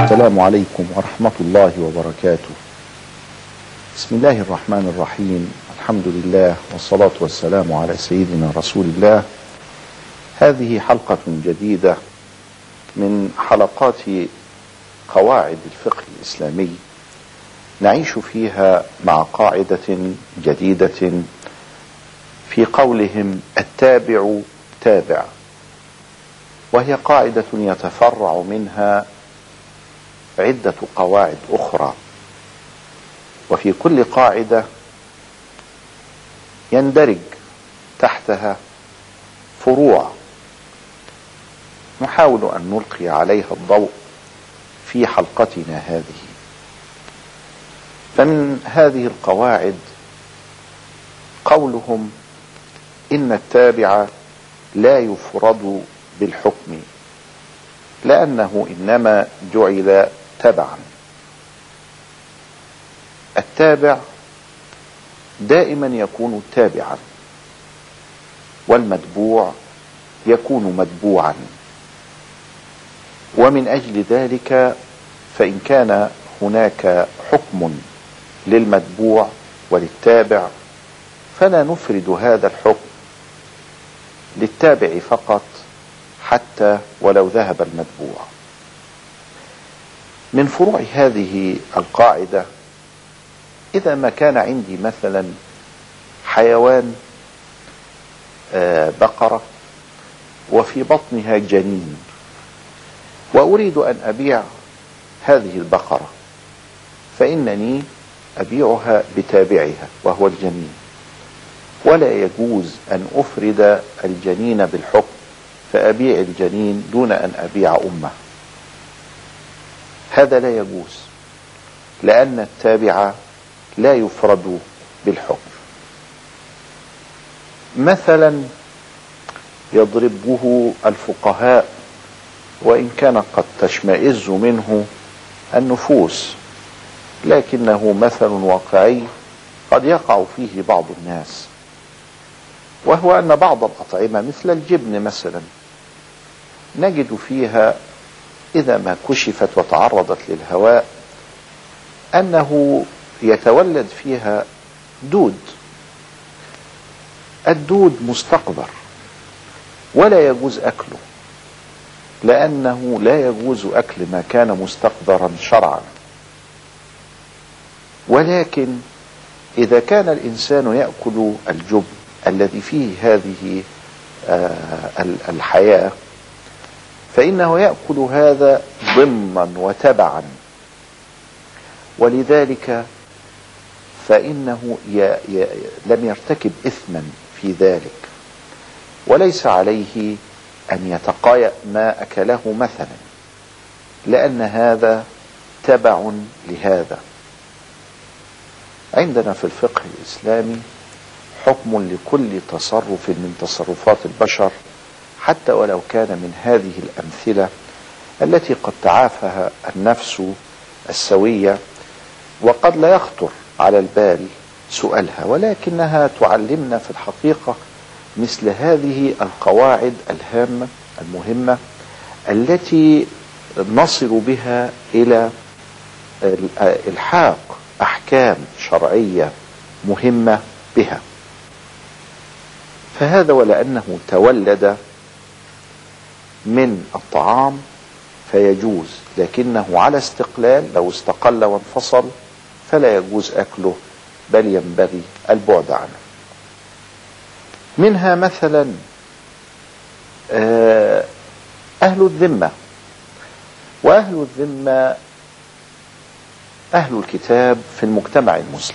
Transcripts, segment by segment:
السلام عليكم ورحمة الله وبركاته. بسم الله الرحمن الرحيم، الحمد لله والصلاة والسلام على سيدنا رسول الله. هذه حلقة جديدة من حلقات قواعد الفقه الإسلامي، نعيش فيها مع قاعدة جديدة في قولهم التابع تابع، وهي قاعدة يتفرع منها عدة قواعد أخرى، وفي كل قاعدة يندرج تحتها فروع نحاول أن نلقي عليها الضوء في حلقتنا هذه. فمن هذه القواعد قولهم إن التابع لا يفرد بالحكم لأنه إنما جعل تبعا. التابع دائما يكون تابعا، والمتبوع يكون متبوعا، ومن أجل ذلك فإن كان هناك حكم للمتبوع وللتابع فلا نفرد هذا الحكم للتابع فقط حتى ولو ذهب المتبوع. من فروع هذه القاعدة إذا ما كان عندي مثلا حيوان بقرة وفي بطنها جنين، وأريد أن أبيع هذه البقرة، فإنني أبيعها بتابعها وهو الجنين، ولا يجوز أن أفرد الجنين بالحكم فأبيع الجنين دون أن أبيع أمه. هذا لا يجوز، لأن التابع لا يفرد بالحكم. مثلا يضربه الفقهاء وإن كان قد تشمئز منه النفوس، لكنه مثل واقعي قد يقع فيه بعض الناس، وهو أن بعض الأطعمة مثل الجبن مثلا نجد فيها إذا ما كشفت وتعرضت للهواء أنه يتولد فيها دود. الدود مستقذر ولا يجوز أكله، لأنه لا يجوز أكل ما كان مستقذرا شرعا. ولكن إذا كان الإنسان يأكل الجبن الذي فيه هذه الحياة فإنه يأكل هذا ضمنا وتبعا، ولذلك فإنه لم يرتكب إثما في ذلك، وليس عليه أن يتقايأ ما أكله مثلا، لأن هذا تبع لهذا. عندنا في الفقه الإسلامي حكم لكل تصرف من تصرفات البشر، حتى ولو كان من هذه الأمثلة التي قد تعافها النفس السوية وقد لا يخطر على البال سؤالها، ولكنها تعلمنا في الحقيقة مثل هذه القواعد الهامة المهمة التي نصل بها إلى إلحاق أحكام شرعية مهمة بها. فهذا ولأنه تولد من الطعام فيجوز، لكنه على استقلال، لو استقل وانفصل فلا يجوز أكله، بل ينبغي البعد عنه. منها مثلا أهل الذمة، وأهل الذمة أهل الكتاب في المجتمع المسلم.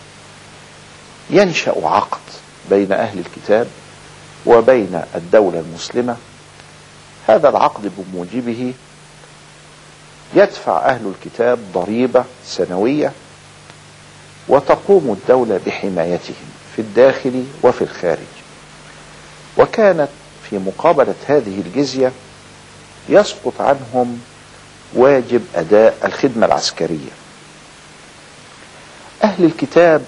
ينشأ عقد بين أهل الكتاب وبين الدولة المسلمة، هذا العقد بموجبه يدفع أهل الكتاب ضريبة سنوية، وتقوم الدولة بحمايتهم في الداخل وفي الخارج. وكانت في مقابلة هذه الجزية يسقط عنهم واجب أداء الخدمة العسكرية. أهل الكتاب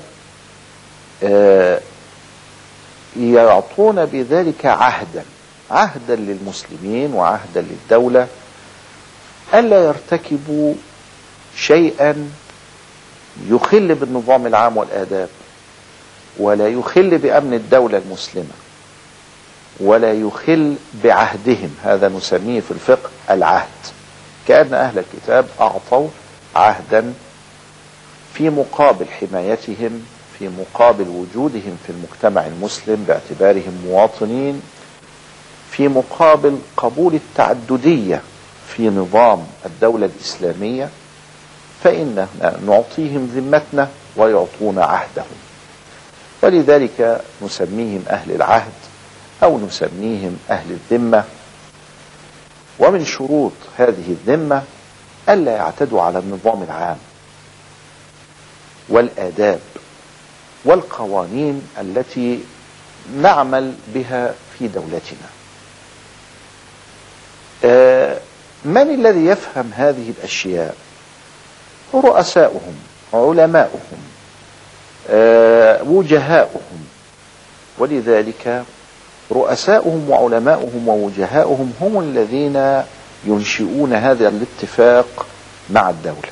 يعطون بذلك عهدا للمسلمين وعهدا للدولة ألا يرتكبوا شيئا يخل بالنظام العام والآداب، ولا يخل بأمن الدولة المسلمة، ولا يخل بعهدهم. هذا نسميه في الفقه العهد، كأن أهل الكتاب أعطوا عهدا في مقابل حمايتهم، في مقابل وجودهم في المجتمع المسلم باعتبارهم مواطنين، في مقابل قبول التعددية في نظام الدولة الإسلامية، فإننا نعطيهم ذمتنا ويعطون عهدهم. ولذلك نسميهم أهل العهد أو نسميهم أهل الذمة. ومن شروط هذه الذمة ألا يعتدوا على النظام العام والآداب والقوانين التي نعمل بها في دولتنا. من الذي يفهم هذه الأشياء؟ رؤساؤهم، علماؤهم، وجهاؤهم. ولذلك رؤساؤهم وعلماؤهم ووجهاؤهم هم الذين ينشئون هذا الاتفاق مع الدولة.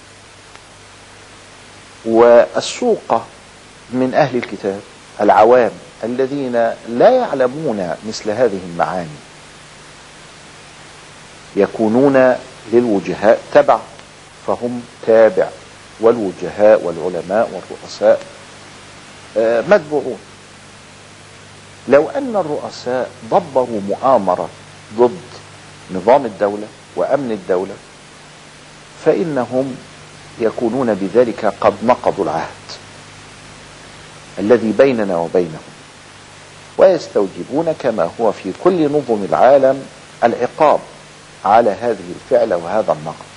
والسوقة من أهل الكتاب العوام الذين لا يعلمون مثل هذه المعاني يكونون للوجهاء تبع، فهم تابع، والوجهاء والعلماء والرؤساء متبوعون. لو أن الرؤساء دبروا مؤامرة ضد نظام الدولة وأمن الدولة فإنهم يكونون بذلك قد نقضوا العهد الذي بيننا وبينهم، ويستوجبون كما هو في كل نظم العالم العقاب على هذه الفعلة وهذا النقض.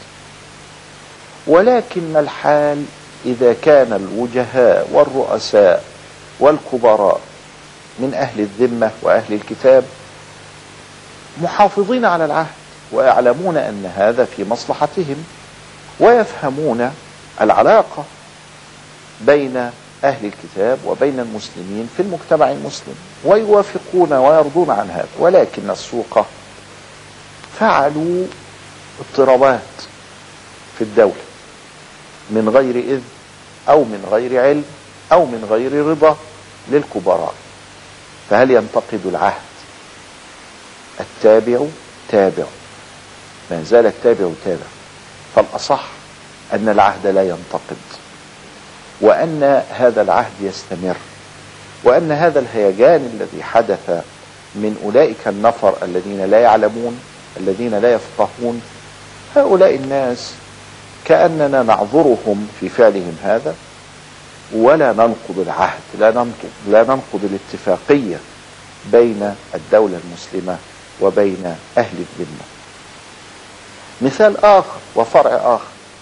ولكن الحال إذا كان الوجهاء والرؤساء والكبراء من أهل الذمة وأهل الكتاب محافظين على العهد ويعلمون أن هذا في مصلحتهم، ويفهمون العلاقة بين أهل الكتاب وبين المسلمين في المجتمع المسلم ويوافقون ويرضون عن هذا. ولكن السوقة فعلوا اضطرابات في الدولة من غير إذن أو من غير علم أو من غير رضا للكبراء. فهل ينتقد العهد؟ التابع تابع، ما زال التابع تابع. فالأصح أن العهد لا ينتقد، وأن هذا العهد يستمر، وأن هذا الهيجان الذي حدث من أولئك النفر الذين لا يعلمون الذين لا يفقهون، هؤلاء الناس كأننا نعذرهم في فعلهم هذا، ولا ننقض العهد، لا ننقض الاتفاقية بين الدولة المسلمة وبين أهل الذمة. مثال آخر وفرع آخر: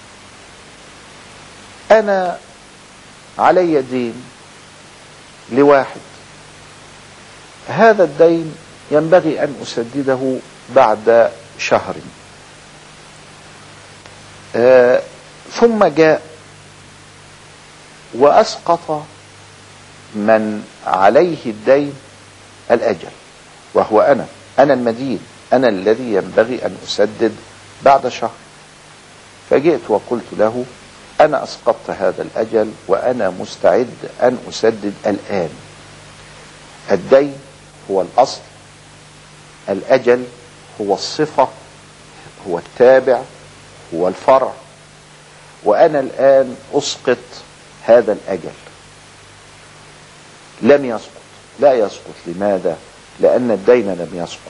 أنا علي دين لواحد، هذا الدين ينبغي أن أسدده بعد شهر، ثم جاء وأسقط من عليه الدين الأجل، وهو أنا المدين، أنا الذي ينبغي أن أسدد بعد شهر. فجئت وقلت له: أنا أسقطت هذا الأجل وأنا مستعد أن أسدد الآن. الدين هو الأصل، الأجل هو الصفة، هو التابع، هو الفرع، وأنا الآن أسقط هذا الأجل. لم يسقط، لا يسقط. لماذا؟ لأن الدين لم يسقط.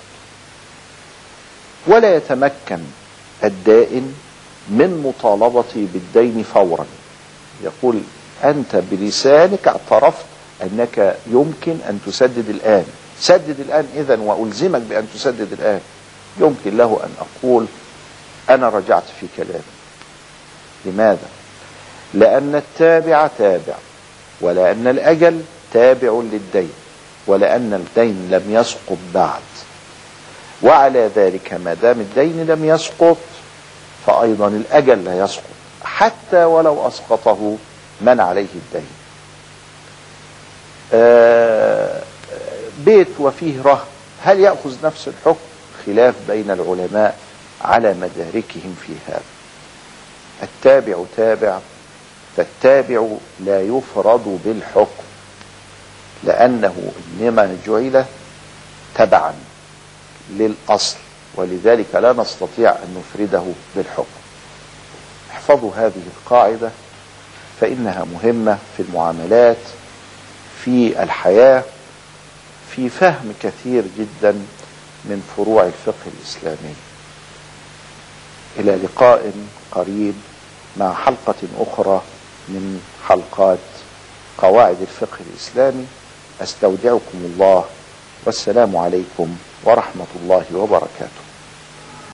ولا يتمكن الدائن من مطالبتي بالدين فورا. يقول: أنت بلسانك اعترفت أنك يمكن أن تسدد الآن، سدد الآن إذن وألزمك بأن تسدد الآن. يمكن له أن أقول: أنا رجعت في كلامي. لماذا؟ لأن التابع تابع، ولأن الأجل تابع للدين، ولأن الدين لم يسقط بعد. وعلى ذلك ما دام الدين لم يسقط فأيضا الأجل لا يسقط، حتى ولو أسقطه من عليه الدين. بيت وفيه رهن، هل يأخذ نفس الحكم؟ خلاف بين العلماء على مداركهم في هذا. التابع تابع، فالتابع لا يفرض بالحكم لأنه إنما جعل تبعا للأصل، ولذلك لا نستطيع أن نفرده بالحكم. احفظوا هذه القاعدة فإنها مهمة في المعاملات، في الحياة، في فهم كثير جدا من فروع الفقه الإسلامي. إلى لقاء قريب مع حلقة أخرى من حلقات قواعد الفقه الإسلامي. أستودعكم الله، والسلام عليكم ورحمة الله وبركاته.